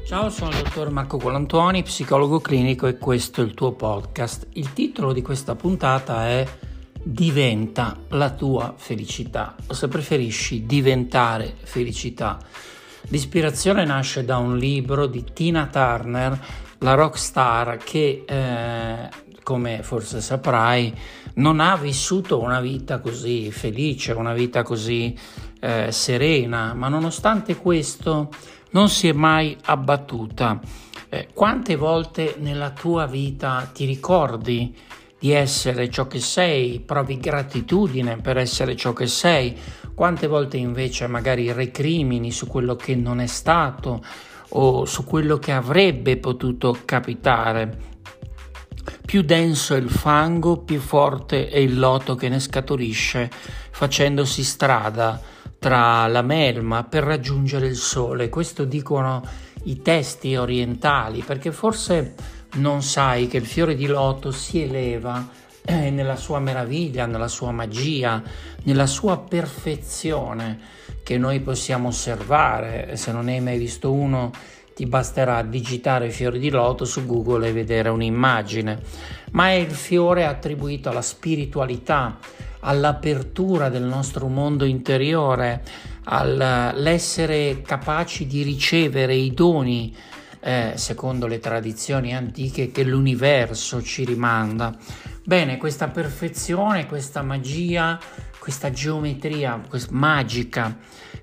Ciao, sono il dottor Marco Colantuoni, psicologo clinico, e questo è il tuo podcast. Il titolo di questa puntata è Diventa la tua felicità, o se preferisci diventare felicità. L'ispirazione nasce da un libro di Tina Turner, la rockstar che, come forse saprai, non ha vissuto una vita così felice, una vita così serena, ma nonostante questo non si è mai abbattuta. Quante volte nella tua vita ti ricordi di essere ciò che sei, provi gratitudine per essere ciò che sei? Quante volte invece magari recrimini su quello che non è stato o su quello che avrebbe potuto capitare? Più denso è il fango, più forte è il loto che ne scaturisce, facendosi strada tra la melma per raggiungere il sole. Questo dicono i testi orientali, perché forse non sai che il fiore di loto si eleva nella sua meraviglia, nella sua magia, nella sua perfezione che noi possiamo osservare. Se non ne hai mai visto uno, ti basterà digitare fiori di loto su Google e vedere un'immagine, ma è il fiore attribuito alla spiritualità, all'apertura del nostro mondo interiore, all'essere capaci di ricevere i doni, secondo le tradizioni antiche, che l'universo ci rimanda. Bene, questa perfezione, questa magia, questa geometria magica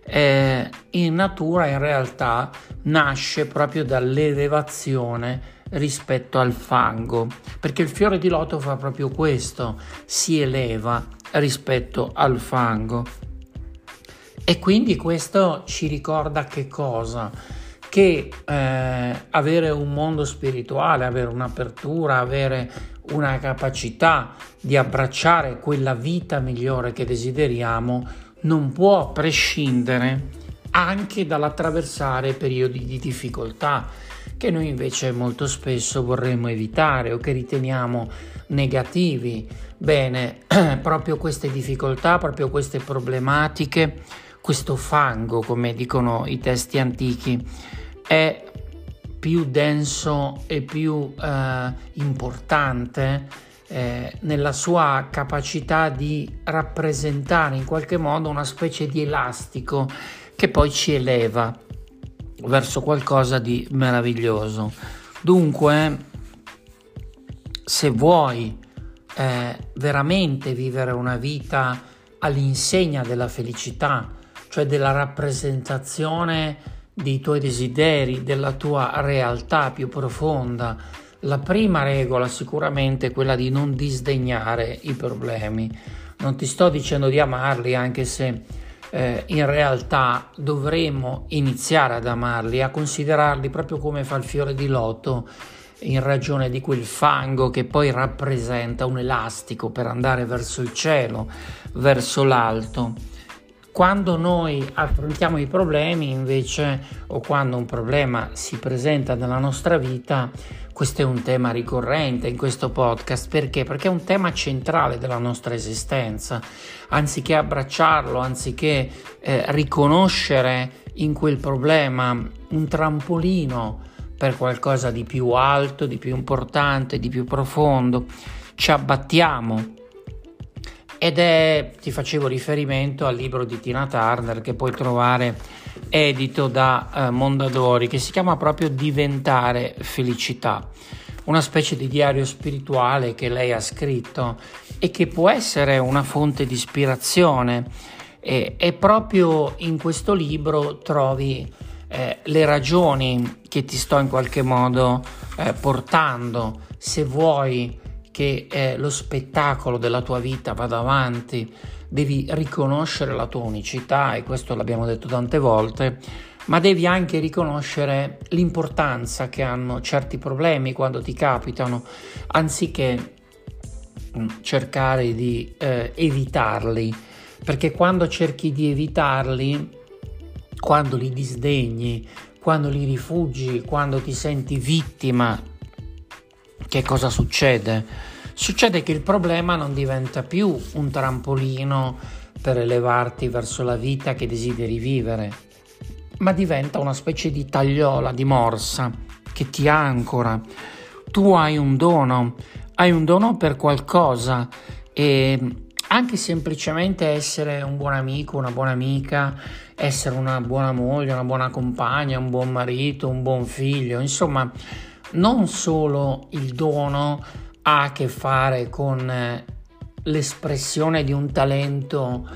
in natura in realtà nasce proprio dall'elevazione rispetto al fango, perché il fiore di loto fa proprio questo, si eleva rispetto al fango. E quindi questo ci ricorda che cosa? Che avere un mondo spirituale, avere un'apertura, avere una capacità di abbracciare quella vita migliore che desideriamo non può prescindere anche dall'attraversare periodi di difficoltà che noi invece molto spesso vorremmo evitare o che riteniamo negativi. Bene, proprio queste difficoltà, proprio queste problematiche, questo fango, come dicono i testi antichi, è più denso e più importante nella sua capacità di rappresentare in qualche modo una specie di elastico che poi ci eleva verso qualcosa di meraviglioso. Dunque, se vuoi veramente vivere una vita all'insegna della felicità, cioè della rappresentazione dei tuoi desideri, della tua realtà più profonda, la prima regola sicuramente è quella di non disdegnare i problemi. Non ti sto dicendo di amarli, anche se in realtà dovremmo iniziare ad amarli, a considerarli proprio come fa il fiore di loto, in ragione di quel fango che poi rappresenta un elastico per andare verso il cielo, verso l'alto. Quando noi affrontiamo i problemi invece, o quando un problema si presenta nella nostra vita, questo è un tema ricorrente in questo podcast. Perché? Perché è un tema centrale della nostra esistenza. Anziché abbracciarlo, anziché riconoscere in quel problema un trampolino per qualcosa di più alto, di più importante, di più profondo, ci abbattiamo. Ti facevo riferimento al libro di Tina Turner, che puoi trovare edito da Mondadori, che si chiama proprio Diventare felicità, una specie di diario spirituale che lei ha scritto e che può essere una fonte di ispirazione, e proprio in questo libro trovi le ragioni che ti sto in qualche modo portando. Se vuoi che lo spettacolo della tua vita vada avanti, devi riconoscere la tua unicità, e questo l'abbiamo detto tante volte, ma devi anche riconoscere l'importanza che hanno certi problemi quando ti capitano, anziché cercare di evitarli, perché quando cerchi di evitarli, quando li disdegni, quando li rifugi, quando ti senti vittima, che cosa succede? Succede che il problema non diventa più un trampolino per elevarti verso la vita che desideri vivere, ma diventa una specie di tagliola, di morsa che ti ancora. Tu hai un dono per qualcosa, e anche semplicemente essere un buon amico, una buona amica, essere una buona moglie, una buona compagna, un buon marito, un buon figlio, insomma, non solo il dono ha a che fare con l'espressione di un talento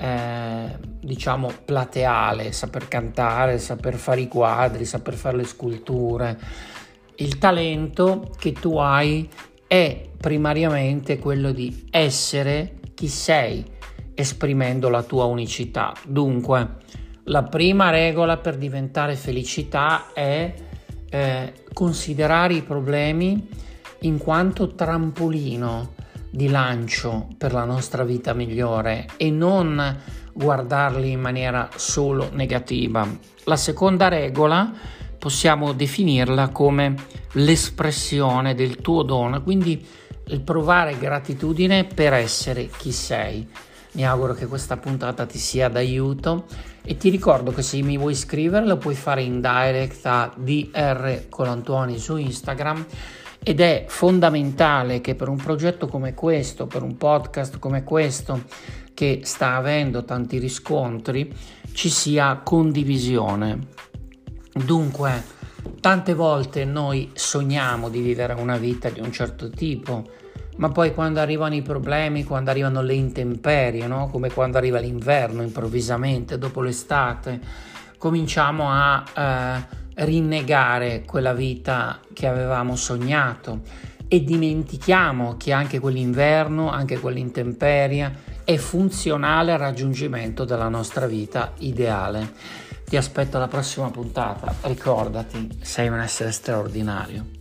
diciamo plateale, saper cantare, saper fare i quadri, saper fare le sculture. Il talento che tu hai è primariamente quello di essere chi sei, esprimendo la tua unicità. Dunque, la prima regola per diventare felicità è considerare i problemi in quanto trampolino di lancio per la nostra vita migliore e non guardarli in maniera solo negativa. La seconda regola possiamo definirla come l'espressione del tuo dono, quindi il provare gratitudine per essere chi sei. Mi auguro che questa puntata ti sia d'aiuto e ti ricordo che se mi vuoi scrivere lo puoi fare in direct a Dr. Colantuoni su Instagram, ed è fondamentale che per un progetto come questo, per un podcast come questo che sta avendo tanti riscontri, ci sia condivisione. Dunque, tante volte noi sogniamo di vivere una vita di un certo tipo, ma poi quando arrivano i problemi, quando arrivano le intemperie, no? Come quando arriva l'inverno improvvisamente dopo l'estate, cominciamo a rinnegare quella vita che avevamo sognato e dimentichiamo che anche quell'inverno, anche quell'intemperie è funzionale al raggiungimento della nostra vita ideale. Ti aspetto alla prossima puntata, ricordati, sei un essere straordinario.